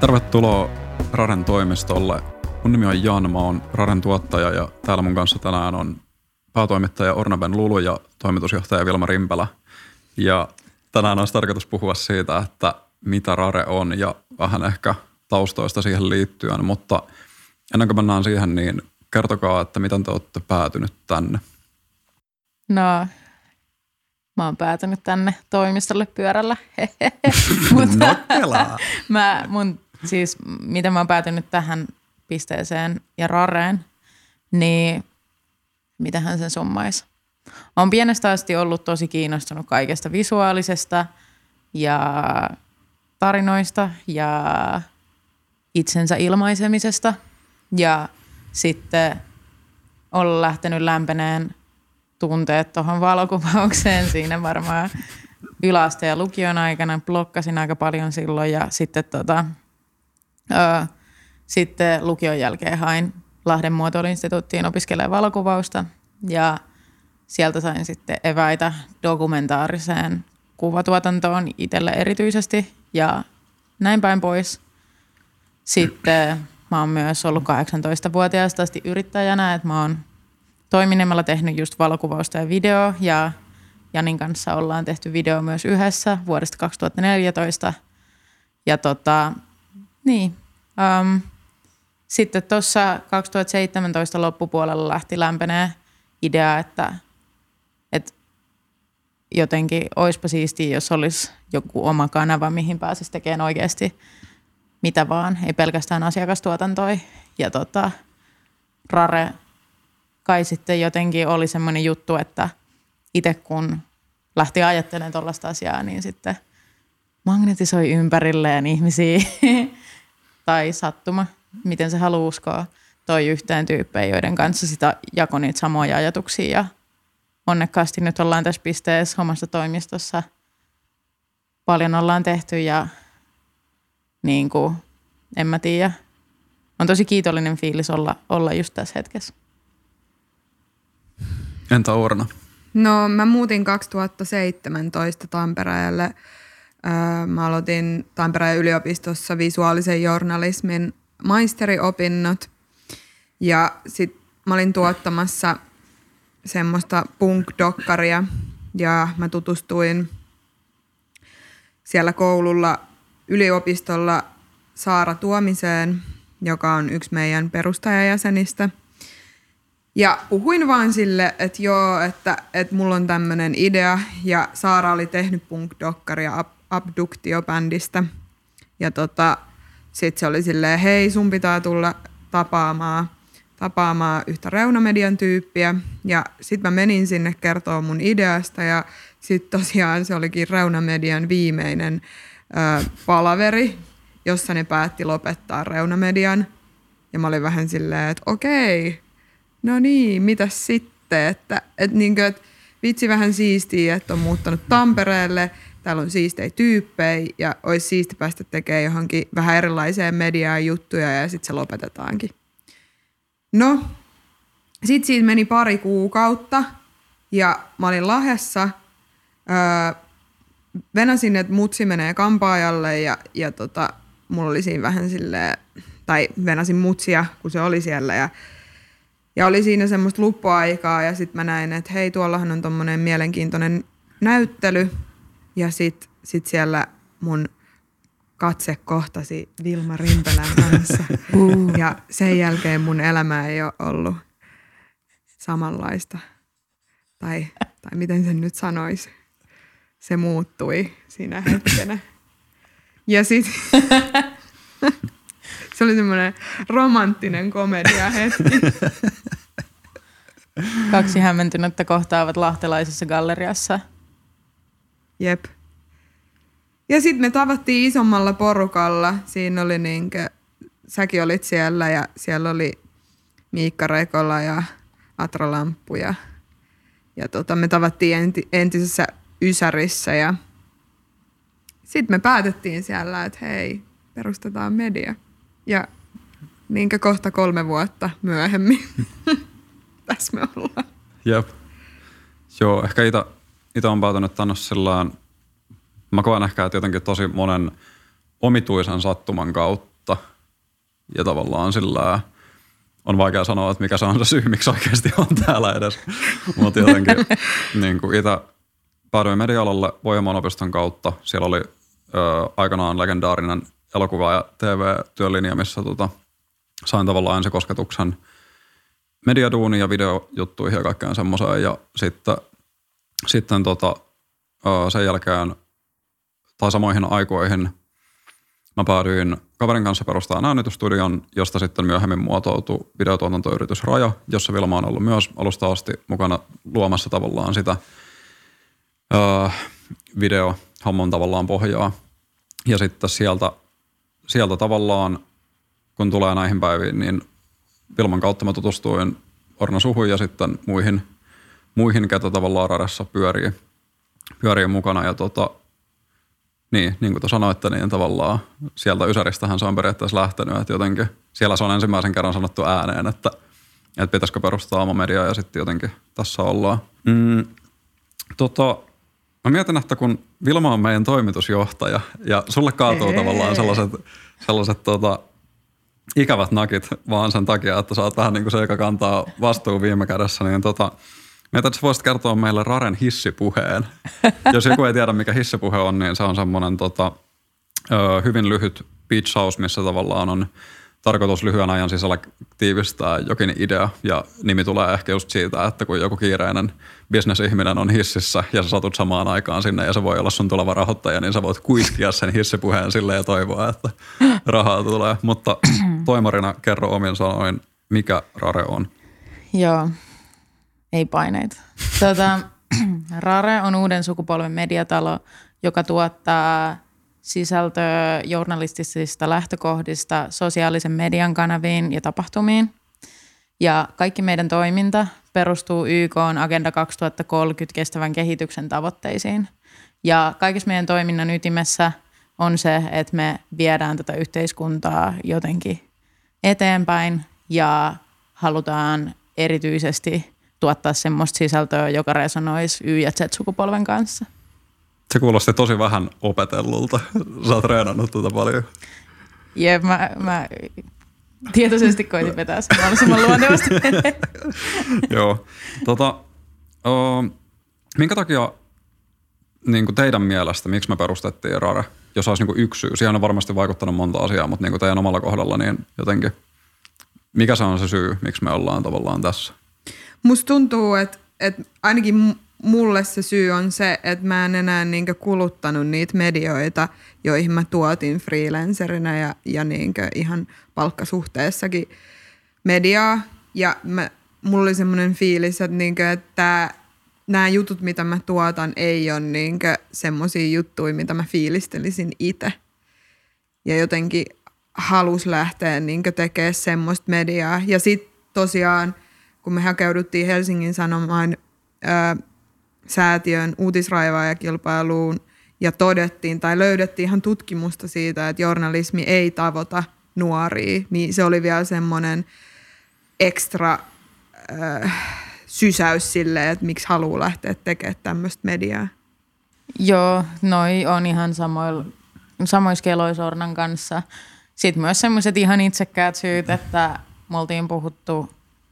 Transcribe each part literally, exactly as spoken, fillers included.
Tervetuloa Raren toimistolle. Mun nimi on Jan, mä oon Raren tuottaja ja täällä mun kanssa tänään on päätoimittaja Orna-Ben Lulu ja toimitusjohtaja Vilma Rimpelä. Ja tänään olisi tarkoitus puhua siitä, että mitä Rare on ja vähän ehkä taustoista siihen liittyen, mutta ennen kuin mennään siihen, niin kertokaa, että miten te olette päätynyt tänne. No, mä oon päätynyt tänne toimistolle pyörällä. Mutta mä, mun, siis, miten mä oon päätynyt tähän pisteeseen ja Rareen, niin mitähän sen summaisi. Olen pienestä asti ollut tosi kiinnostunut kaikesta visuaalisesta ja tarinoista ja itsensä ilmaisemisesta. Ja sitten olen lähtenyt lämpeneen tunteet tuohon valokuvaukseen siinä varmaan yläaste- ja lukion aikana. Blokkasin aika paljon silloin ja sitten, tota, ö, sitten lukion jälkeen hain Lahden muotoiluinstituuttiin opiskelemaan valokuvausta ja sieltä sain sitten eväitä dokumentaariseen kuvatuotantoon itselle erityisesti ja näin päin pois. Sitten mä oon myös ollut kahdeksantoistavuotiaasta asti yrittäjänä, että mä oon toiminimellä tehnyt just valokuvausta ja video ja Janin kanssa ollaan tehty video myös yhdessä vuodesta kaksituhattaneljätoista. Ja tota, niin. Um, sitten tuossa kaksituhattaseitsemäntoista loppupuolella lähti lämpenee idea, että, että jotenkin oispa siistiä, jos olisi joku oma kanava, mihin pääsisi tekemään oikeasti mitä vaan, ei pelkästään asiakastuotantoi. Ja tota, Rare kai sitten jotenkin oli semmoinen juttu, että itse kun lähti ajattelemaan tuollaista asiaa, niin sitten magnetisoi ympärilleen ihmisiä tai sattuma, miten se haluaa uskoa, toi yhteen tyyppejä, joiden kanssa sitä jakoi niitä samoja ajatuksia. Ja onnekkaasti nyt ollaan tässä pisteessä omassa toimistossa. Paljon ollaan tehty ja niin kuin, en mä tiedä. On tosi kiitollinen fiilis olla, olla just tässä hetkessä. Entä Orna? No mä muutin kaksituhattaseitsemäntoista Tampereelle. Mä aloitin Tampereen yliopistossa visuaalisen journalismin maisteriopinnot. Ja sit mä olin tuottamassa semmoista punk-dokkaria ja mä tutustuin siellä koululla yliopistolla Saara Tuomiseen, joka on yksi meidän perustajajäsenistä. Ja puhuin vaan sille, että joo, että, että mulla on tämmöinen idea. Ja Saara oli tehnyt punk-dokkaria Abduktio-bändistä. Ja tota, sit se oli silleen, hei sun pitää tulla tapaamaan, tapaamaan yhtä Reunamedian tyyppiä. Ja sit mä menin sinne kertoa mun ideasta. Ja sit tosiaan se olikin Reunamedian viimeinen ö, palaveri, jossa ne päätti lopettaa Reunamedian. Ja mä olin vähän silleen, että okei, no niin, mitäs sitten, että et niinkö, et vitsi vähän siistiä, että on muuttanut Tampereelle, täällä on siistejä tyyppejä ja olisi siisti päästä tekemään johonkin vähän erilaiseen mediaan juttuja ja sitten se lopetetaankin. No, sitten siitä meni pari kuukautta ja mä olin Lahdessa, öö, venäsin, että mutsi menee kampaajalle ja, ja tota, mulla oli siinä vähän silleen, tai venäsin mutsia, kun se oli siellä ja Ja oli siinä semmoista luppuaikaa ja sitten mä näin, että hei, tuollahan on tommonen mielenkiintoinen näyttely. Ja sitten sit siellä mun katse kohtasi Vilma Rimpelän kanssa. Uh. Ja sen jälkeen mun elämä ei ole ollut samanlaista. Tai, tai miten sen nyt sanoisi. Se muuttui siinä hetkenä. Ja sitten se oli semmoinen romanttinen komedia hetki. Kaksi hämmentynyttä kohtaavat lahtelaisessa galleriassa. Jep. Ja sitten me tavattiin isommalla porukalla. Siinä oli niinkö, säkin olit siellä ja siellä oli Miikka Rekola ja Atra Lamppu. Ja, ja tota, me tavattiin enti, entisessä Ysärissä ja sitten me päätettiin siellä, että hei, perustetaan media. Ja niinkö kohta kolme vuotta myöhemmin. Tässä me ollaan. Jep. Joo, ehkä itä, itä on päätynyt tänne sillään, mä koen ehkä, että jotenkin tosi monen omituisen sattuman kautta. vuotta. Ja tavallaan sillä on vaikea sanoa, että mikä se on se syy, miksi oikeasti on täällä edes. Mutta jotenkin niin kuin itse päädyin media-alalle Pohjanmaan opiston kautta. Siellä oli ö, aikanaan legendaarinen elokuva- ja T V-työlinja, missä tota, sain tavallaan ensikosketuksen mediaduuniin ja videojuttuihin ja kaikkeen semmoiseen. Ja sitten, sitten tota, ö, sen jälkeen tai samoihin aikoihin mä päädyin kaverin kanssa perustaa äänitystudion, josta sitten myöhemmin muotoutui videotuotantoyritys Raja, jossa Vilma on ollut myös alusta asti mukana luomassa tavallaan sitä öö, videohomman tavallaan pohjaa. Ja sitten sieltä, sieltä tavallaan, kun tulee näihin päiviin, niin Vilman kautta mä tutustuin Orna Suhuun ja sitten muihin, muihin ketä tavallaan Radassa pyörii, pyörii mukana. Ja tota, Niin, niin kuin te sanoitte, niin tavallaan sieltä Ysäristähän se on periaatteessa lähtenyt, että jotenkin siellä se on ensimmäisen kerran sanottu ääneen, että, että pitäisikö perustaa oma media ja sitten jotenkin tässä ollaan. Mm, tota, mä mietin, että kun Vilma on meidän toimitusjohtaja ja sulle kaatuu tavallaan sellaiset, sellaiset tota, ikävät nakit vaan sen takia, että sä oot vähän niin kuin se, joka kantaa vastuun viime kädessä, niin tota, mietin, että sä voisit kertoa meille Raren hissipuheen. Jos joku ei tiedä, mikä hissipuhe on, niin se on semmoinen tota, hyvin lyhyt pitchaus, missä tavallaan on tarkoitus lyhyen ajan sisällä tiivistää jokin idea. Ja nimi tulee ehkä just siitä, että kun joku kiireinen bisnesihminen on hississä ja sä satut samaan aikaan sinne ja se voi olla sun tuleva rahoittaja, niin sä voit kuiskia sen hissipuheen silleen ja toivoa, että rahaa tulee. Mutta toimarina kerro omin sanoin, mikä Rare on. Joo. Ei paineita. Tota, Rare on uuden sukupolven mediatalo, joka tuottaa sisältöä journalistisista lähtökohdista sosiaalisen median kanaviin ja tapahtumiin. Ja kaikki meidän toiminta perustuu Y K:n Agenda kaksituhattakolmekymmentä kestävän kehityksen tavoitteisiin. Ja kaikissa meidän toiminnan ytimessä on se, että me viedään tätä yhteiskuntaa jotenkin eteenpäin ja halutaan erityisesti tuottaa semmoista sisältöä, joka resonoisi Y- ja Z-sukupolven kanssa. Se kuulosti tosi vähän opetellulta. Sä oot treenannut tuota paljon. Jep, mä, mä tietoisesti koitin vetää sen mahdollisimman luontevasti. Joo. Tota, uh, minkä takia niin kuin teidän mielestä, miksi me perustettiin Rare? Jos olisi niin kuin yksi syy. Siihen on varmasti vaikuttanut monta asiaa, mutta niin kuin teidän omalla kohdalla, niin jotenkin, mikä se on se syy, miksi me ollaan tavallaan tässä? Musta tuntuu, että, että ainakin mulle se syy on se, että mä en enää niinkö kuluttanut niitä medioita, joihin mä tuotin freelancerina ja, ja niinkö ihan palkkasuhteessakin mediaa. Ja mä, mulla oli semmoinen fiilis, että, niinkö, että nämä jutut, mitä mä tuotan, ei ole niinkö semmoisia juttuja, mitä mä fiilistelisin itse. Ja jotenkin halus lähteä niinkö tekemään semmoista mediaa. Ja sit tosiaan kun me hakeuduttiin Helsingin Sanomaan ää, säätiön uutisraivaajakilpailuun ja todettiin tai löydettiin ihan tutkimusta siitä, että journalismi ei tavoita nuoria, niin se oli vielä semmoinen ekstra ää, sysäys sille, että miksi haluaa lähteä tekemään tämmöistä mediaa. Joo, noi on ihan samoissa keloissa Ornan kanssa. Sitten myös semmoiset ihan itsekkäät syyt, että me oltiin puhuttu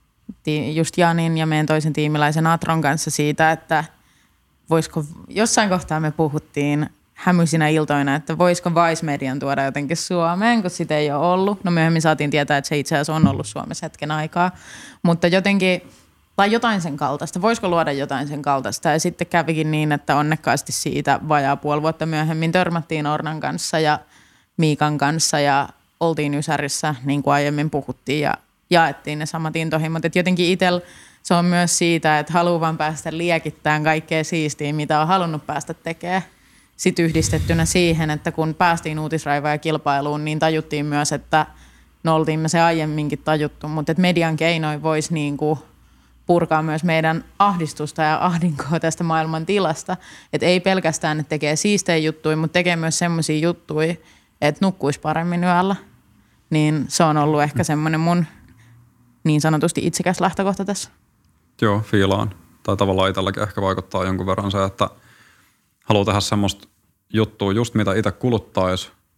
just Janin ja meidän toisen tiimiläisen Atron kanssa siitä, että voisiko, jossain kohtaa me puhuttiin hämyisinä iltoina, että voisiko Vice Median tuoda jotenkin Suomeen, kun sitä ei ole ollut. No myöhemmin saatiin tietää, että se itse asiassa on ollut Suomessa hetken aikaa, mutta jotenkin, tai jotain sen kaltaista, voisiko luoda jotain sen kaltaista. Ja sitten kävikin niin, että onnekkaasti siitä vajaa puoli vuotta myöhemmin törmättiin Ornan kanssa ja Miikan kanssa ja oltiin Ysärissä, niin kuin aiemmin puhuttiin ja jaettiin ne samat intohimot. Et jotenkin itsellä se on myös siitä, että haluaa vaan päästä liekittämään kaikkea siistiä, mitä on halunnut päästä tekemään. Sitten yhdistettynä siihen, että kun päästiin uutisraivaajakilpailuun, niin tajuttiin myös, että no oltiin me se aiemminkin tajuttu, mutta että median keinoin voisi niinku purkaa myös meidän ahdistusta ja ahdinkoa tästä maailman tilasta. Että ei pelkästään, että tekee siistejä juttuja, mutta tekee myös semmoisia juttuja, että nukkuisi paremmin yöllä. Niin se on ollut ehkä semmoinen mun niin sanotusti itsekäs lähtökohta tässä. Joo, fiilaan. Tai tavallaan itselläkin ehkä vaikuttaa jonkun verran se, että haluaa tehdä semmoista juttua just mitä itse kuluttaisi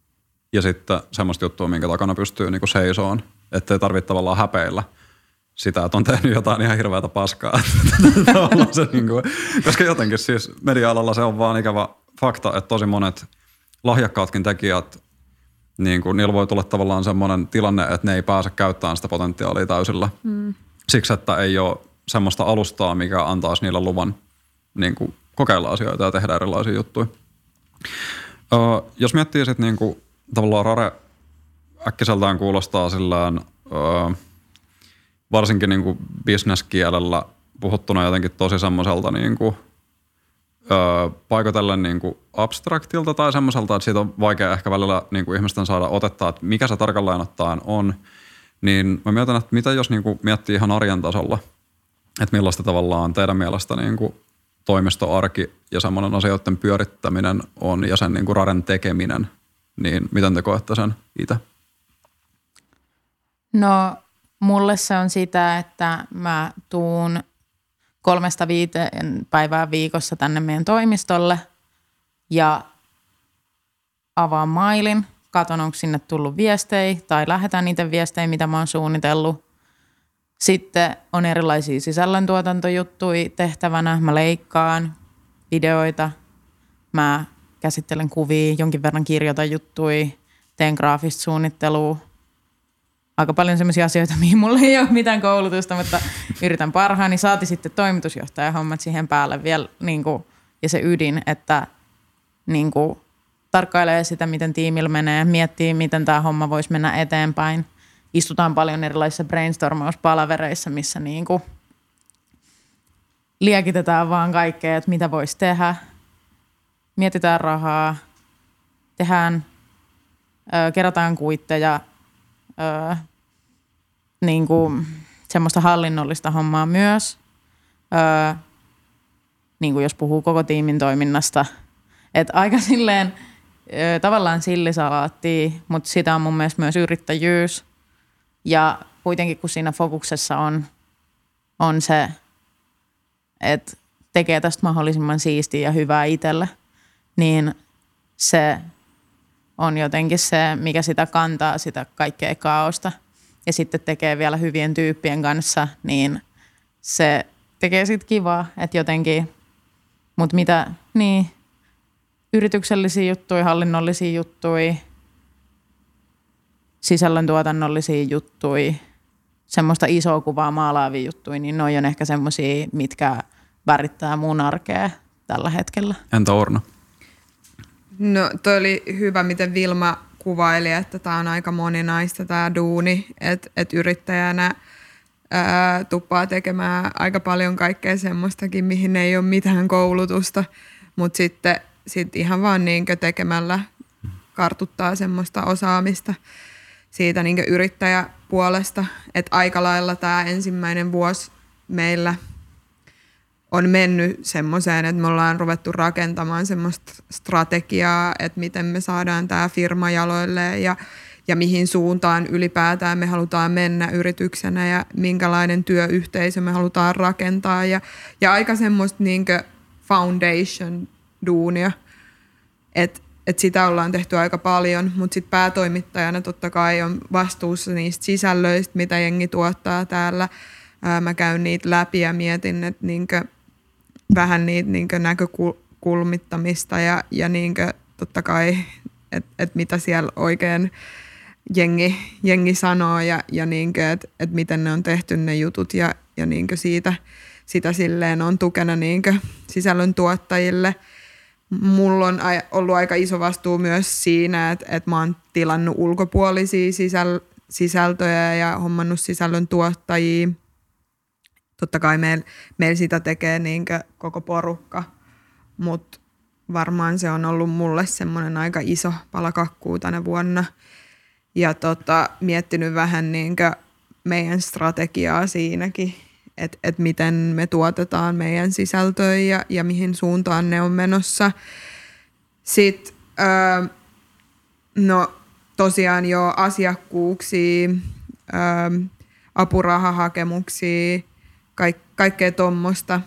ja sitten semmoista juttua, minkä takana pystyy niinku seisoon, ettei tarvitse tavallaan häpeillä sitä, että on tehnyt jotain ihan hirveätä paskaa. se niinku, koska jotenkin siis media-alalla se on vaan ikävä fakta, että tosi monet lahjakkaatkin tekijät, niin kuin, niillä voi tulla tavallaan semmoinen tilanne, että ne ei pääse käyttämään sitä potentiaalia täysillä. Mm. Siksi, että ei ole semmoista alustaa, mikä antaisi niille luvan niin kuin, kokeilla asioita ja tehdä erilaisia juttuja. Öö, jos miettii sitten niin kuin, tavallaan Rare äkkiseltään kuulostaa sillään, öö, varsinkin niin kuin business-kielellä puhuttuna jotenkin tosi semmoiselta niin kuin, öö, paikotellen niin kuin abstraktilta tai semmoiselta, että siitä on vaikea ehkä välillä niin kuin ihmisten saada otetta, että mikä se tarkalleen ottaen on. Niin mä mietin, että mitä jos niin kuin miettii ihan arjen tasolla, että millaista tavallaan teidän mielestä niin kuin toimistoarki ja semmoinen asioiden pyörittäminen on ja sen niin kuin Raren tekeminen, niin miten te koette sen itse? No mulle se on sitä, että mä tuun kolmesta viiteen päivää viikossa tänne meidän toimistolle ja avaan mailin, katon onko sinne tullut viestejä tai lähetän niitä viestejä, mitä mä oon suunnitellut. Sitten on erilaisia sisällöntuotantojuttuja tehtävänä, mä leikkaan videoita, mä käsittelen kuvia, jonkin verran kirjoitan juttuja, teen graafista suunnittelua. Aika paljon sellaisia asioita, mihin mulla ei ole mitään koulutusta, mutta yritän parhaani. Saati sitten toimitusjohtajan hommat siihen päälle vielä niin kuin, ja se ydin, että niin kuin, tarkkailee sitä, miten tiimillä menee, miettii, miten tämä homma voisi mennä eteenpäin. Istutaan paljon erilaisissa brainstormauspalavereissa, missä niin kuin, liekitetään vaan kaikkea, että mitä voisi tehdä. Mietitään rahaa, tehdään, ö, kerätään kuitteja, Öö, niin kuin semmoista hallinnollista hommaa myös, öö, niin kuin jos puhuu koko tiimin toiminnasta. Että aika silleen öö, tavallaan sillisalaattia, mutta sitä on mun mielestä myös yrittäjyys. Ja kuitenkin kun siinä fokuksessa on, on se, että tekee tästä mahdollisimman siistiä ja hyvää itselle, niin se on jotenkin se, mikä sitä kantaa, sitä kaikkea kaaosta. Ja sitten tekee vielä hyvien tyyppien kanssa, niin se tekee sitten kivaa, että jotenkin, mutta mitä, niin, yrityksellisiä juttuja, hallinnollisia juttuja, sisällöntuotannollisia juttuja, semmoista isoa kuvaa maalaavia juttuja, niin noi on ehkä semmoisia, mitkä värittää mun arkea tällä hetkellä. Entä Orno? No toi oli hyvä, miten Vilma kuvaili, että tämä on aika moninaista tämä duuni, että et yrittäjänä ää, tuppaa tekemään aika paljon kaikkea semmoistakin, mihin ei ole mitään koulutusta, mutta sitten sit ihan vaan niinkö tekemällä kartuttaa semmoista osaamista siitä niinkö yrittäjäpuolesta, että aika lailla tämä ensimmäinen vuosi meillä on mennyt semmoiseen, että me ollaan ruvettu rakentamaan semmoista strategiaa, että miten me saadaan tämä firma jaloilleen ja, ja mihin suuntaan ylipäätään me halutaan mennä yrityksenä ja minkälainen työyhteisö me halutaan rakentaa. Ja, ja aika semmoista niinkö foundation-duunia, että et sitä ollaan tehty aika paljon, mutta sitten päätoimittajana totta kai on vastuussa niistä sisällöistä, mitä jengi tuottaa täällä. Ää, mä käyn niitä läpi ja mietin, että niinkö vähän niitä niinkö näkökulmittamista ja, ja niinkö totta kai, että et mitä siellä oikein jengi, jengi sanoo ja, ja niinkö, että et miten ne on tehty ne jutut ja, ja niinkö siitä, sitä silleen on tukena niinkö sisällön tuottajille. Mulla on ollut aika iso vastuu myös siinä, että, että mä oon tilannut ulkopuolisia sisäl, sisältöjä ja hommannut sisällön tuottajia. Totta kai meillä meil sitä tekee niinkö koko porukka, mutta varmaan se on ollut mulle semmoinen aika iso pala kakkuu tänä vuonna. Ja tota, miettinyt vähän niinkö meidän strategiaa siinäkin, että et miten me tuotetaan meidän sisältöjä ja, ja mihin suuntaan ne on menossa. Sitten öö, no tosiaan jo asiakkuuksia, öö, apurahahakemuksia, Kaik, kaikkea tuommoista.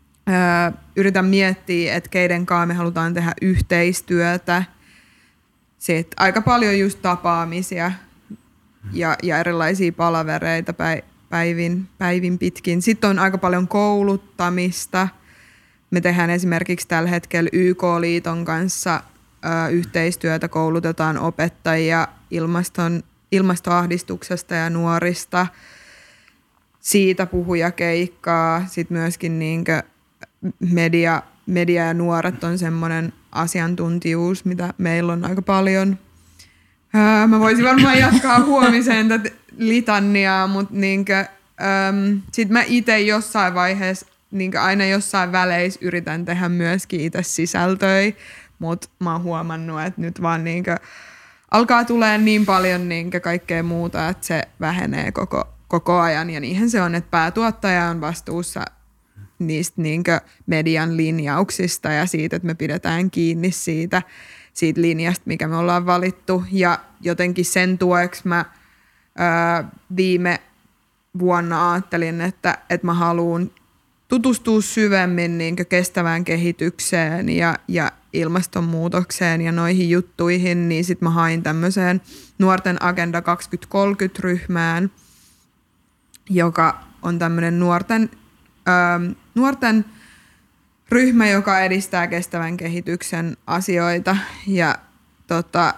Öö, yritän miettiä, että keiden kanssa me halutaan tehdä yhteistyötä. sit aika paljon just tapaamisia ja, ja erilaisia palavereita päivin, päivin pitkin. Sitten on aika paljon kouluttamista. Me tehdään esimerkiksi tällä hetkellä Y K-liiton kanssa ö, yhteistyötä, koulutetaan opettajia ilmaston, ilmastoahdistuksesta ja nuorista. Siitä puhujakeikkaa. Sitten myöskin niinkö media, media ja nuoret on semmoinen asiantuntijuus, mitä meillä on aika paljon. Öö, mä voisin varmaan jatkaa huomiseen tätä litanniaa, mutta niinkö, öm, sit mä itse jossain vaiheessa, niinkö aina jossain väleissä yritän tehdä myöskin itse sisältöjä, mutta mä oon huomannut, että nyt vaan niinkö alkaa tulee niin paljon niinkö kaikkea muuta, että se vähenee koko, koko ajan. Ja niinhän se on, että päätuottaja on vastuussa niistä niinkö median linjauksista ja siitä, että me pidetään kiinni siitä, siitä linjasta, mikä me ollaan valittu. Ja jotenkin sen tueksi mä ää, viime vuonna ajattelin, että, että mä haluan tutustua syvemmin niinkö kestävään kehitykseen ja, ja ilmastonmuutokseen ja noihin juttuihin, niin sit mä hain tämmöiseen Nuorten Agenda kaksituhattakolmekymmentä-ryhmään, joka on tämmöinen nuorten, ähm, nuorten ryhmä, joka edistää kestävän kehityksen asioita. Ja tota,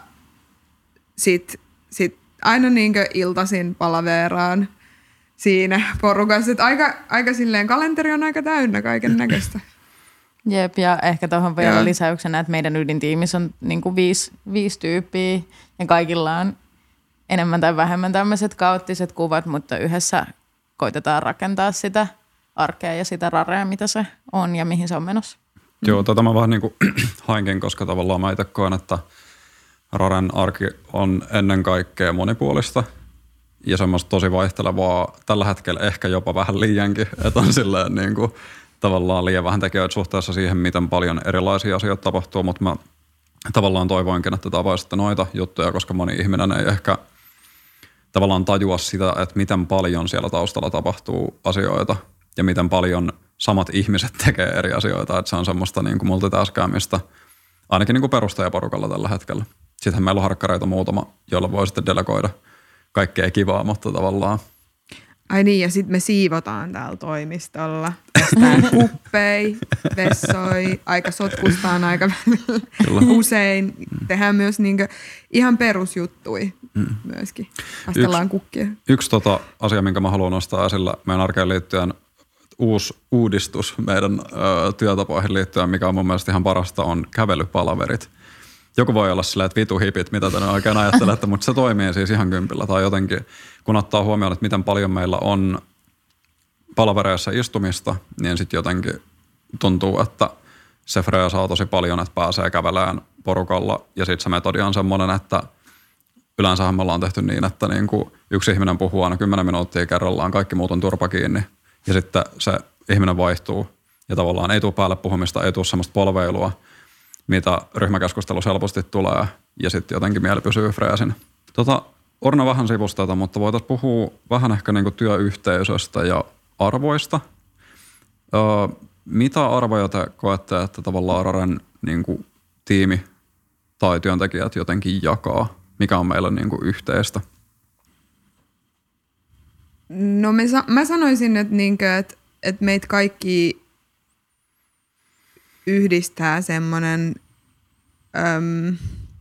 sit, sit aina niinkö iltaisin palaveraan siinä porukassa. Et aika, aika silleen, kalenteri on aika täynnä kaiken näköistä. Jep, ja ehkä tuohon vielä lisäyksenä, että meidän ydintiimissä on niin kuin viisi, viisi tyyppiä ja kaikilla on enemmän tai vähemmän tämmöiset kaoottiset kuvat, mutta yhdessä koitetaan rakentaa sitä arkea ja sitä rarea, mitä se on ja mihin se on menossa. Joo, tätä mä vähän niin kuin hainkin, koska tavallaan mä itse koen, että raren arki on ennen kaikkea monipuolista ja semmoista tosi vaihtelevaa, tällä hetkellä ehkä jopa vähän liiankin, että on silleen niin kuin tavallaan liian vähän tekijöitä suhteessa siihen, miten paljon erilaisia asioita tapahtuu, mutta mä tavallaan toivoinkin, että tapaisitte noita juttuja, koska moni ihminen ei ehkä tavallaan tajua sitä, että miten paljon siellä taustalla tapahtuu asioita ja miten paljon samat ihmiset tekee eri asioita, että se on semmoista niin kuin multitaskäämistä, ainakin niin kuin perustajaporukalla tällä hetkellä. Sittenhän meillä on harkkareita muutama, joilla voi sitten delegoida kaikkea kivaa, mutta tavallaan ai niin, ja sitten me siivotaan täällä toimistolla. Pestään kuppei, vessoi, aika sotkustaan aika usein. Tehdään myös niinkö ihan perusjuttui mm. myöskin. Pastellaan yksi, kukkia. Yksi tota asia, minkä mä haluan nostaa esillä meidän arkeen liittyen, uusi uudistus meidän ö, työtapoihin liittyen, mikä on mun mielestä ihan parasta, on kävelypalaverit. Joku voi olla silleen, että vitu hipit, mitä te oikein ajattelette, mutta se toimii siis ihan kympillä. Tai jotenkin, kun ottaa huomioon, että miten paljon meillä on palavereissa istumista, niin sitten jotenkin tuntuu, että se freesaa tosi paljon, että pääsee kävelemään porukalla. Ja sitten se metodi on semmoinen, että yleensähän me ollaan tehty niin, että niinku yksi ihminen puhuu aina kymmenen minuuttia kerrallaan, kaikki muut on turpa kiinni. Ja sitten se ihminen vaihtuu ja tavallaan ei tule päälle puhumista, ei tule semmoista polveilua, mitä ryhmäkeskustelu helposti tulee, ja sitten jotenkin mieli pysyy freesin. Tota, Orna vähän sivusi tätä, mutta voitaisiin puhua vähän ehkä niinku työyhteisöstä ja arvoista. Öö, mitä arvoja te koette, että tavallaan raren niinku tiimi tai työntekijät jotenkin jakaa? Mikä on meillä niinku yhteistä? No me, mä sanoisin, että, niinku, että, että meitä kaikki yhdistää semmoinen äm,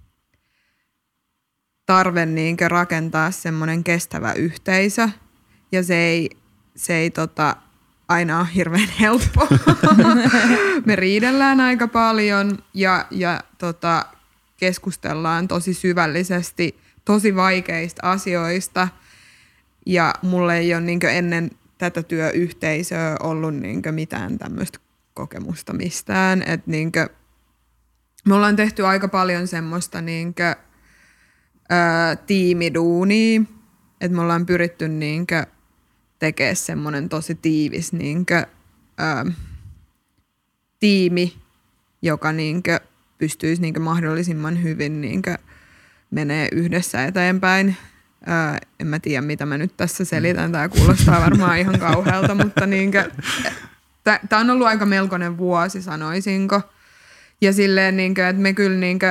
tarve niinkö rakentaa semmoinen kestävä yhteisö. Ja se ei, se ei tota, aina ole hirveän helppo. Me riidellään aika paljon ja, ja tota, keskustellaan tosi syvällisesti tosi vaikeista asioista. Ja mulle ei ole niinkö ennen tätä työyhteisöä ollut niinkö mitään tämmöistä kokemusta mistään. Että niinkö, me ollaan tehty aika paljon semmoista niinkö, ää, tiimiduunia, että me ollaan pyritty niinkö tekemään semmoinen tosi tiivis niinkö, ää, tiimi, joka niinkö pystyisi niinkö mahdollisimman hyvin niinkö menee yhdessä eteenpäin. Ää, en mä tiedä, mitä mä nyt tässä selitän. Tämä kuulostaa varmaan ihan kauhealta, mutta niinkö tämä on ollut aika melkoinen vuosi, sanoisinko. Ja silleen, niinkö, että me kyllä niinkö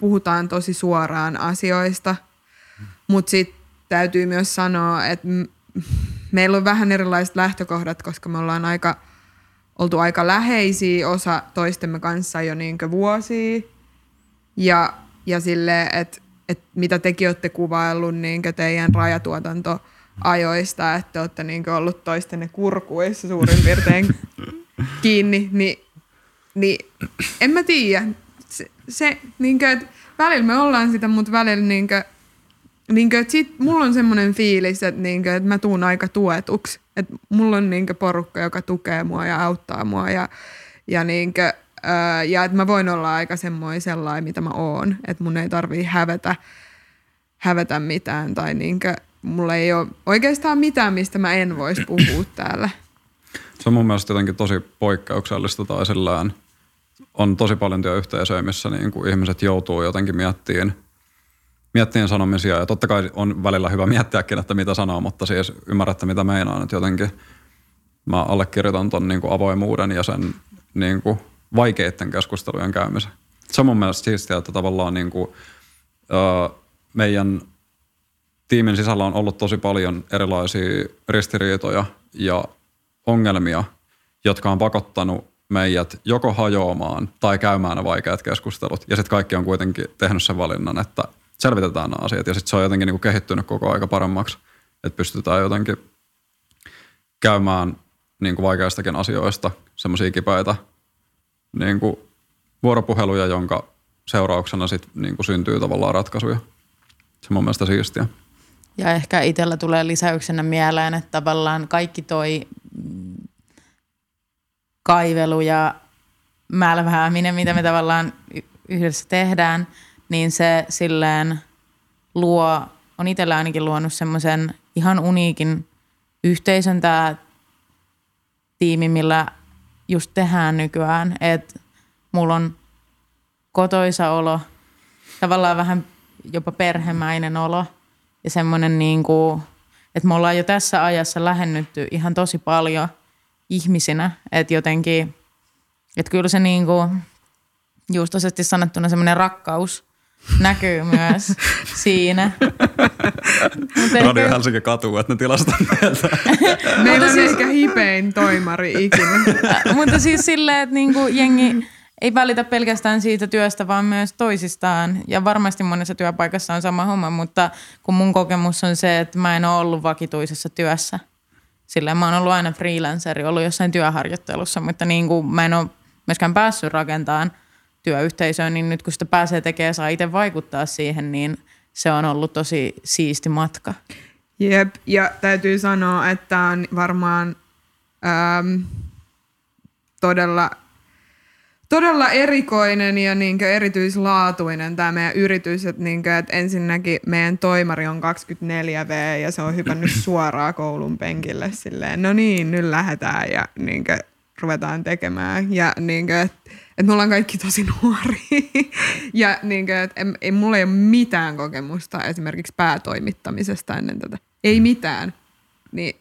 puhutaan tosi suoraan asioista, mutta sitten täytyy myös sanoa, että meillä on vähän erilaiset lähtökohdat, koska me ollaan aika, oltu aika läheisiä osa toistemme kanssa jo niinkö vuosia. Ja, ja silleen, että et mitä tekin olette kuvaillut niinkö teidän rajatuotantoajoista, että te olette niinkö ollut toistenne kurkuissa suurin piirtein kiinni, niin, niin en mä tiedä. Se, se niinkö, että välillä me ollaan sitä, mutta välillä niinkö, niinkö että sit mulla on semmoinen fiilis, että, niinkö, että mä tuun aika tuetuksi. Että mulla on niinkö porukka, joka tukee mua ja auttaa mua ja, ja niinkö, ja että mä voin olla aika semmoinen sellainen, mitä mä oon. Että mun ei tarvii hävetä, hävetä mitään tai niinkö, mulla ei ole oikeastaan mitään, mistä mä en voisi puhua täällä. Se on mun mielestä jotenkin tosi poikkeuksellista tai sillään. On tosi paljon työyhteisöjä, missä niin kuin ihmiset joutuu jotenkin miettimään, miettimään sanomisia. Ja totta kai on välillä hyvä miettiäkin, että mitä sanoo, mutta siis ymmärrätte, mitä meinaan. Että jotenkin mä allekirjoitan ton niin kuin avoimuuden ja sen niin kuin vaikeiden keskustelujen käymisen. Se on mun mielestä siistiä, että tavallaan niin kuin, ää, meidän tiimin sisällä on ollut tosi paljon erilaisia ristiriitoja ja ongelmia, jotka on pakottanut meidät joko hajoamaan tai käymään ne vaikeat keskustelut. Ja sitten kaikki on kuitenkin tehnyt sen valinnan, että selvitetään nämä asiat. Ja sitten se on jotenkin niin kuin kehittynyt koko aika paremmaksi, että pystytään jotenkin käymään niin kuin vaikeistakin asioista semmoisia kipäitä niin kuin vuoropuheluja, jonka seurauksena sit niin kuin syntyy tavallaan ratkaisuja. Se on mun mielestä siistiä. Ja ehkä itsellä tulee lisäyksenä mieleen, että tavallaan kaikki toi kaivelu ja mälvääminen, mitä me tavallaan yhdessä tehdään, niin se silleen luo, on itsellä ainakin luonut semmoisen ihan uniikin yhteisön tämä tiimi, millä just tehdään nykyään, että mulla on kotoisa olo, tavallaan vähän jopa perhemäinen olo ja semmoinen niin kuin, että me ollaan jo tässä ajassa lähennytty ihan tosi paljon ihmisinä, että jotenkin, että kyllä se niin kuin juustoisesti sanottuna semmoinen rakkaus näkyy myös siinä. Radio Helsinki katuu, että ne tilastot meiltä. Meillä on ehkä hipein toimari ikinä. Mutta siis silleen, että niinku jengi ei välitä pelkästään siitä työstä, vaan myös toisistaan. Ja varmasti monessa työpaikassa on sama homma, mutta kun mun kokemus on se, että mä en ole ollut vakituisessa työssä. Silleen mä oon ollut aina freelanceri, ollut jossain työharjoittelussa, mutta niin kuin mä en ole myöskään päässyt rakentamaan työyhteisöön, niin nyt kun sitä pääsee tekemään ja saa itse vaikuttaa siihen, niin se on ollut tosi siisti matka. Jep, ja täytyy sanoa, että on varmaan äm, todella, todella erikoinen ja niinkö erityislaatuinen tämä meidän yritys, että, niinkö, että ensinnäkin meidän toimari on kaksikymmentäneljä vuotias ja se on hypännyt suoraan koulun penkille silleen, no niin, nyt lähdetään ja niinkö ruvetaan tekemään ja niinkö, että et me ollaan kaikki tosi nuoria ja niinkö, että ei, mulla ei ole mitään kokemusta esimerkiksi päätoimittamisesta ennen tätä. Ei mitään. Niin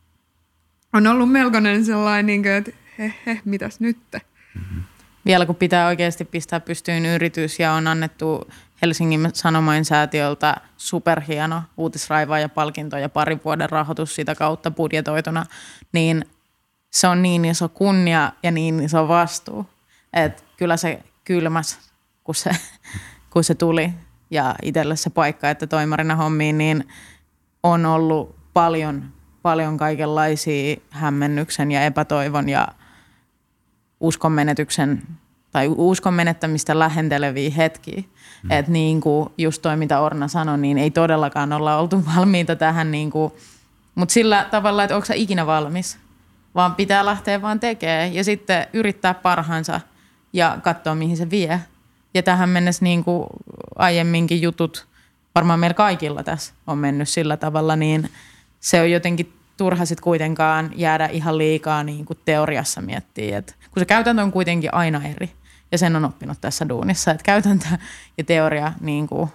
on ollut melkoinen sellainen, niinkö, että he he, mitäs nyt? Vielä kun pitää oikeasti pistää pystyyn yritys ja on annettu Helsingin Sanomain säätiöltä superhieno uutisraivaa ja palkinto ja parin vuoden rahoitus sitä kautta budjetoituna, niin se on niin iso kunnia ja niin iso vastuu. Että kyllä se kylmäs, kun se, kun se tuli ja itselle se paikka, että toimarina hommiin, niin on ollut paljon, paljon kaikenlaisia hämmennyksen ja epätoivon ja uskonmenetyksen tai uskon menettämistä lähenteleviä hetkiä. Mm. Että niin kuin just toi, mitä Orna sanoi, niin ei todellakaan olla oltu valmiita tähän, niin kuin, mutta sillä tavalla, että onko sä ikinä valmis, vaan pitää lähteä vaan tekemään ja sitten yrittää parhaansa ja katsoa, mihin se vie. Ja tähän mennessä niin kuin aiemminkin jutut, varmaan meillä kaikilla tässä on mennyt sillä tavalla, niin se on jotenkin turha sitten kuitenkaan jäädä ihan liikaa niin kuin teoriassa miettiä. Et kun se käytäntö on kuitenkin aina eri, ja sen on oppinut tässä duunissa, että käytäntö ja teoria, niin kuin,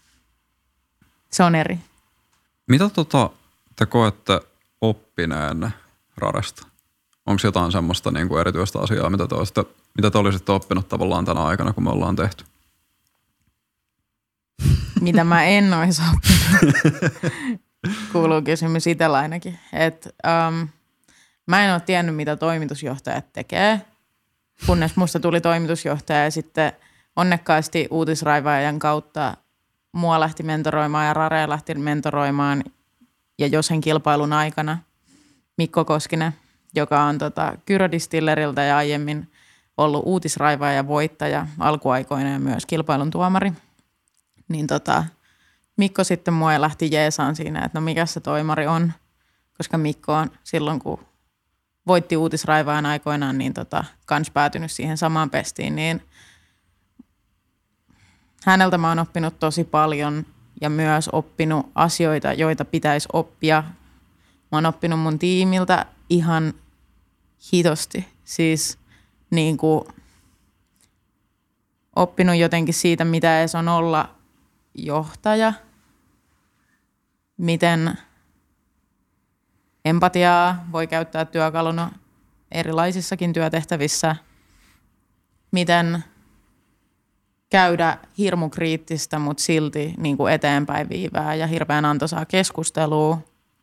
se on eri. Mitä tota, te koette oppineen Raresta? Onko jotain semmoista niin kuin erityistä asiaa, mitä te, olisitte, mitä te olisitte oppinut tavallaan tänä aikana, kun me ollaan tehty? mitä mä en olisi oppinut, kuuluu kysymys itsellä ainakin. Et, um, mä en ole tiennyt, mitä toimitusjohtajat tekee, kunnes musta tuli toimitusjohtaja ja sitten onnekkaasti uutisraivaajan kautta mua lähti mentoroimaan ja Rare lähti mentoroimaan ja jo sen kilpailun aikana Mikko Koskinen, joka on tota Kyrö Distilleriltä ja aiemmin ollut uutisraivaaja ja voittaja alkuaikoina ja myös kilpailun tuomari. Niin tota, Mikko sitten mua lähti jeesaan siinä, että no mikä se toimari on, koska Mikko on silloin kun voitti uutisraivaajan aikoinaan, niin tota, kans päätynyt siihen samaan pestiin, niin häneltä mä oon oppinut tosi paljon ja myös oppinut asioita, joita pitäisi oppia. Mä oon oppinut mun tiimiltä ihan hitosti. Siis niin kuin oppinut jotenkin siitä, mitä edes on olla johtaja. Miten empatiaa voi käyttää työkaluna erilaisissakin työtehtävissä. Miten käydä hirmukriittistä, mutta silti niin kuin eteenpäin viivää ja hirveän antoisaa keskustelua.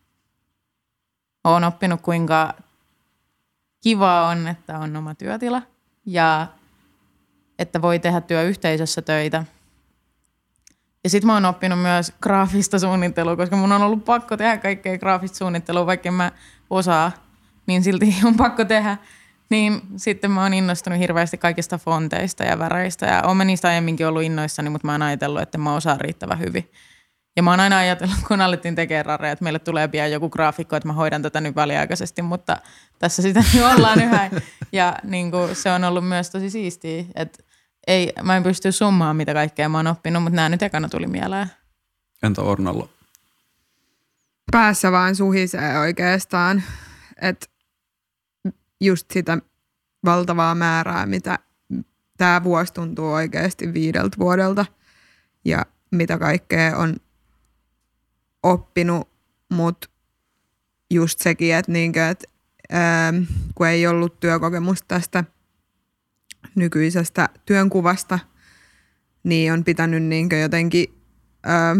Olen oppinut, kuinka kivaa on, että on oma työtila ja että voi tehdä työyhteisössä töitä. Ja sitten mä oon oppinut myös graafista suunnittelua, koska mun on ollut pakko tehdä kaikkea graafista suunnittelua, vaikka en mä osaa, niin silti on pakko tehdä. Niin sitten mä oon innostunut hirveästi kaikista fonteista ja väreistä ja oon mä niistä aiemminkin ollut innoissani, mutta mä oon ajatellut, että mä osaan riittävän hyvin. Ja mä oon aina ajatellut, kun alettiin tekemään Rarea, että meille tulee pian joku graafikko, että mä hoidan tätä nyt väliaikaisesti, mutta tässä sitä nyt ollaan yhä. Ja niin kuin, se on ollut myös tosi siistiä, että ei, mä en pysty summaan, mitä kaikkea mä oon oppinut, mutta nämä nyt ekana tuli mieleen. Entä Ornalla? Päässä vaan suhisee oikeastaan, että just sitä valtavaa määrää, mitä tämä vuosi tuntuu oikeasti viideltä vuodelta ja mitä kaikkea on oppinut, mutta just sekin, että, niinkö, että ää, kun ei ollut työkokemusta tästä nykyisestä työnkuvasta, niin on pitänyt niinkö jotenkin, ää,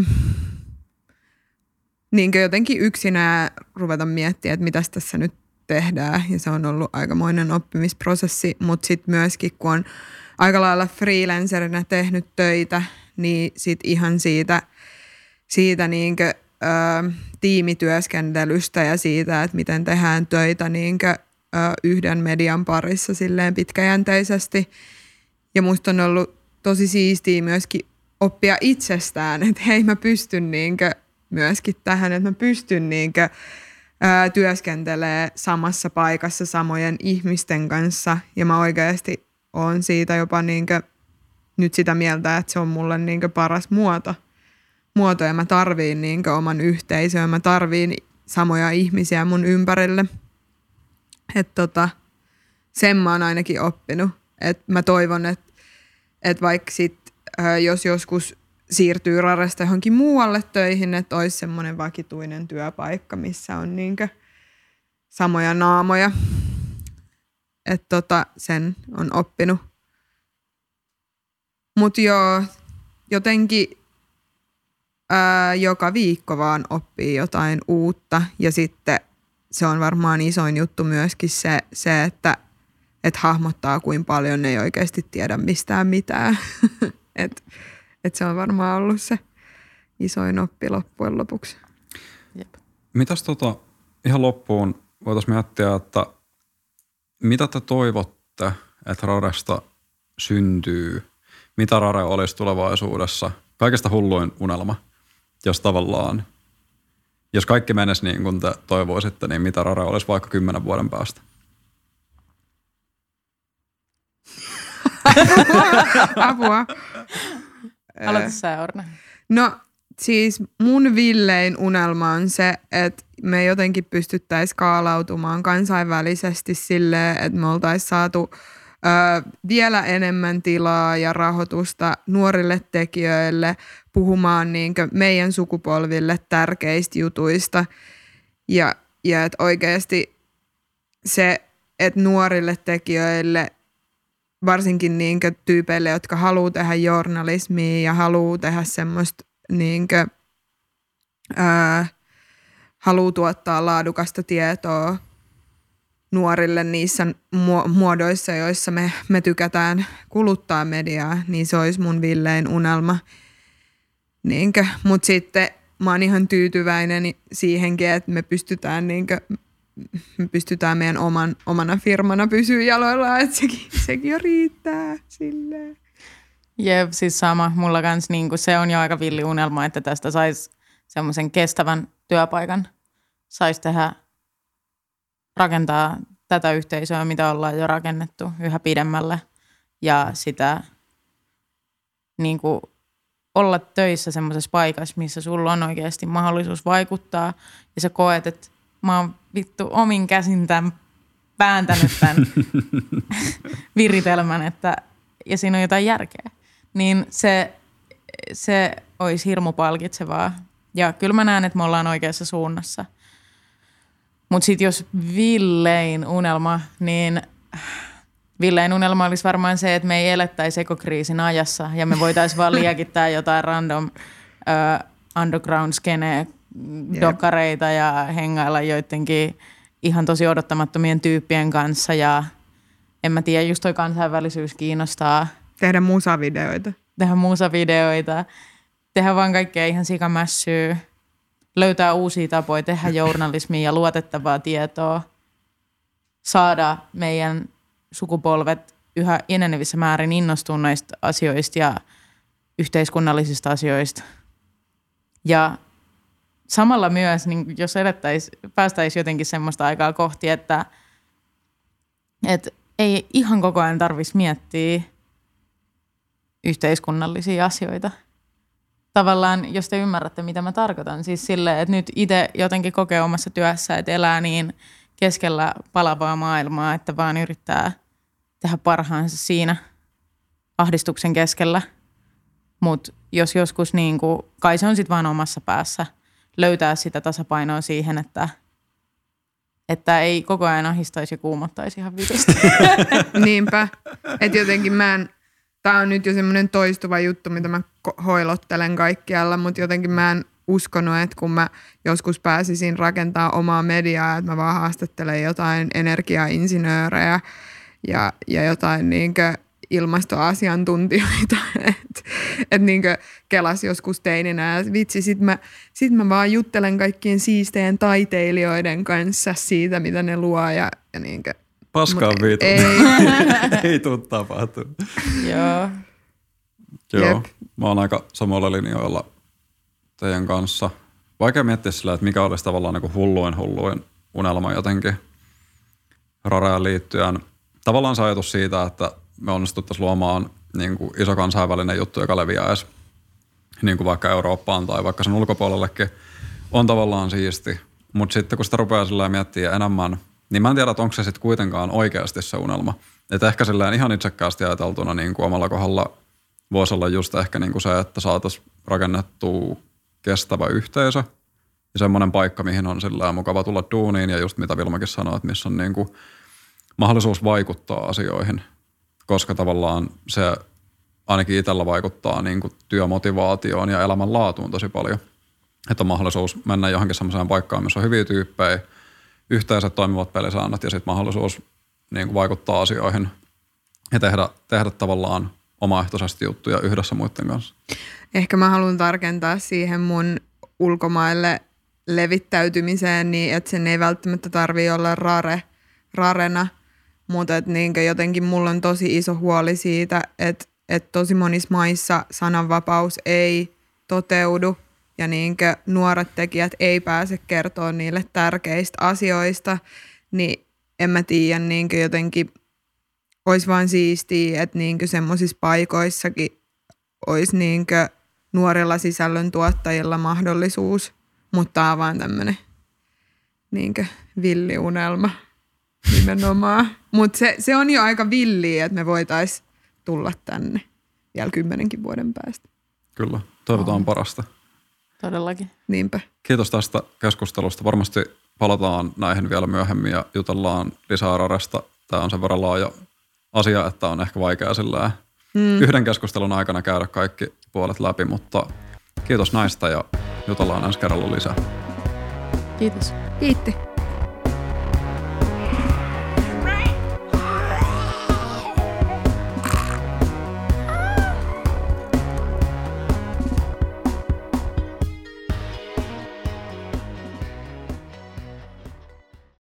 niinkö jotenkin yksinään ruveta miettimään, että mitäs tässä nyt tehdään. Ja se on ollut aikamoinen oppimisprosessi, mutta sitten myöskin, kun on aika lailla freelancerina tehnyt töitä, niin sitten ihan siitä, siitä niinkö, ö, tiimityöskentelystä ja siitä, että miten tehdään töitä niinkö, ö, yhden median parissa silleen pitkäjänteisesti. Ja musta on ollut tosi siistiä myöskin oppia itsestään, että hei, mä pystyn niinkö myöskin tähän, että mä pystyn niinkö ää, työskentelee samassa paikassa samojen ihmisten kanssa ja mä oikeasti oon siitä jopa niinkö nyt sitä mieltä, että se on mulle niinkö paras muoto. Muoto ja mä tarviin niinkö oman yhteisön, mä tarviin samoja ihmisiä mun ympärille. Että tota, sen mä oon ainakin oppinut. Että mä toivon, että et vaikka sit, ää, jos joskus siirtyy Raresta johonkin muualle töihin, että olisi semmoinen vakituinen työpaikka, missä on niinkö samoja naamoja. Että tota, sen on oppinut. Mutta joo, jotenkin ää, joka viikko vaan oppii jotain uutta. Ja sitten se on varmaan isoin juttu myöskin se, se että et hahmottaa, kuinka paljon ei oikeasti tiedä mistään mitään. Että et se on varmaan ollut se isoin oppi loppujen lopuksi. Jep. Mitäs tota, ihan loppuun voitaisiin miettiä, että mitä te toivotte, että Raresta syntyy? Mitä Rare olisi tulevaisuudessa? Kaikesta hulluin unelma, jos tavallaan, jos kaikki menisi niin kuin te toivoisitte, niin mitä Rare olisi vaikka kymmenen vuoden päästä? Apua. Aloita sä, Orna. No siis mun villein unelma on se, että me jotenkin pystyttäisiin skaalautumaan kansainvälisesti silleen, että me oltaisiin saatu ö, vielä enemmän tilaa ja rahoitusta nuorille tekijöille puhumaan niinkö meidän sukupolville tärkeistä jutuista. Ja, ja että oikeasti se, että nuorille tekijöille varsinkin niinkö tyypeille, jotka haluaa tehdä journalismia ja haluaa tehdä semmoista niinkö, ää, haluaa tuottaa laadukasta tietoa nuorille niissä muodoissa, joissa me, me tykätään kuluttaa mediaa, niin se olisi mun villein unelma. Niinkö, mutta sitten mä oon ihan tyytyväinen siihenkin, että me pystytään, niinkö, me pystytään meidän oman, omana firmana pysyä jaloillaan, että sekin, sekin jo riittää silleen. Jep, siis sama. Mulla kans niinku, se on jo aika villi unelma, että tästä saisi semmoisen kestävän työpaikan. Saisi tehdä, rakentaa tätä yhteisöä, mitä ollaan jo rakennettu yhä pidemmälle. Ja sitä niinku, olla töissä semmoisessa paikassa, missä sulla on oikeasti mahdollisuus vaikuttaa. Ja sä koet, että mä oon vittu omin käsin tämän vääntänyt tämän viritelmän, että, ja siinä on jotain järkeä. Niin se, se olisi hirmu palkitsevaa. Ja kyllä mä näen, että me ollaan oikeassa suunnassa. Mutta sitten jos villein unelma, niin villein unelma olisi varmaan se, että me ei elettäisi ekokriisin ajassa ja me voitaisiin vaan liekittää jotain random uh, underground-skeneen dokkareita ja hengailla joidenkin ihan tosi odottamattomien tyyppien kanssa ja en mä tiedä, just toi kansainvälisyys kiinnostaa. Tehdä musavideoita. Tehdä musavideoita. Tehdä vaan kaikkea ihan sikamässyä. Löytää uusia tapoja tehdä journalismia ja luotettavaa tietoa. Saada meidän sukupolvet yhä enenevissä määrin innostua näistä asioista ja yhteiskunnallisista asioista. Ja samalla myös, niin jos elettäisiin, päästäisiin jotenkin semmoista aikaa kohti, että, että ei ihan koko ajan tarvitsisi miettiä yhteiskunnallisia asioita. Tavallaan, jos te ymmärrätte, mitä mä tarkoitan, siis silleen, että nyt itse jotenkin kokee omassa työssä, että elää niin keskellä palavaa maailmaa, että vaan yrittää tehdä parhaansa siinä ahdistuksen keskellä. Mutta jos joskus, niin kuin, kai se on sitten vaan omassa päässä, löytää sitä tasapainoa siihen, että, että ei koko ajan ahdistaisi ja kuumottaisi ihan vitusti. Niinpä, että jotenkin mä en, tää on nyt jo semmoinen toistuva juttu, mitä mä hoilottelen kaikkialla, mutta jotenkin mä en uskonut, että kun mä joskus pääsisin rakentaa omaa mediaa, että mä vaan haastattelen jotain energiainsinöörejä ja, ja jotain niinkö ilmastoasiantuntijoita, että et niinkö kelas joskus teininä ja vitsi, sit mä, sit mä vaan juttelen kaikkien siisteen taiteilijoiden kanssa siitä, mitä ne luo ja, ja niinkö. Paskaa viitu. Ei, ei tule tapahtumaan. Joo. Joo, mä oon aika samoilla linjoilla teidän kanssa. Vaikea miettiä sillä, että mikä olisi tavallaan niin kuin hulluin hulluin unelma jotenkin Rareen liittyen. Tavallaan se ajatus siitä, että me onnistuttaisiin luomaan niin kuin iso kansainvälinen juttu, joka leviäisi niin kuin vaikka Eurooppaan tai vaikka sen ulkopuolellekin, on tavallaan siisti. Mutta sitten kun sitä rupeaa silleen miettimään enemmän, niin mä en tiedä, että onko se sitten kuitenkaan oikeasti se unelma. Että ehkä silleen ihan itsekkäästi ajateltuna niin kuin omalla kohdalla voisi olla just ehkä niin kuin se, että saataisiin rakennettua kestävä yhteisö ja semmoinen paikka, mihin on silleen mukava tulla duuniin ja just mitä Vilmakin sanoi, että missä on niin kuin mahdollisuus vaikuttaa asioihin, koska tavallaan se ainakin itsellä vaikuttaa niin kuin työmotivaatioon ja elämänlaatuun tosi paljon. Että on mahdollisuus mennä johonkin semmoiseen paikkaan, missä on hyviä tyyppejä, yhteiset toimivat pelisäännöt ja sitten mahdollisuus niin kuin vaikuttaa asioihin ja tehdä, tehdä tavallaan omaehtoisesti juttuja yhdessä muiden kanssa. Ehkä mä haluan tarkentaa siihen mun ulkomaille levittäytymiseen niin, että sen ei välttämättä tarvitse olla rare, rarena, mutta että niinkö jotenkin mulla on tosi iso huoli siitä, että, että tosi monissa maissa sananvapaus ei toteudu ja niinkö nuoret tekijät ei pääse kertoa niille tärkeistä asioista, niin en mä tiedä niinkö jotenkin olisi vaan siistiä, että niinkö semmoisissa paikoissakin olisi niinkö nuorilla sisällöntuottajilla mahdollisuus, mutta tämä on vaan tämmöinen niinkö villiunelma nimenomaan. Mutta se, se on jo aika villiä, että me voitaisiin tulla tänne vielä kymmenenkin vuoden päästä. Kyllä, toivotaan oh. parasta. Todellakin. Niinpä. Kiitos tästä keskustelusta. Varmasti palataan näihin vielä myöhemmin ja jutellaan lisää Raresta. Tämä on sen verran laaja asia, että on ehkä vaikea sillä mm. yhden keskustelun aikana käydä kaikki puolet läpi, mutta Kiitos näistä ja jutellaan ensi kerralla lisää. Kiitos. Kiitti.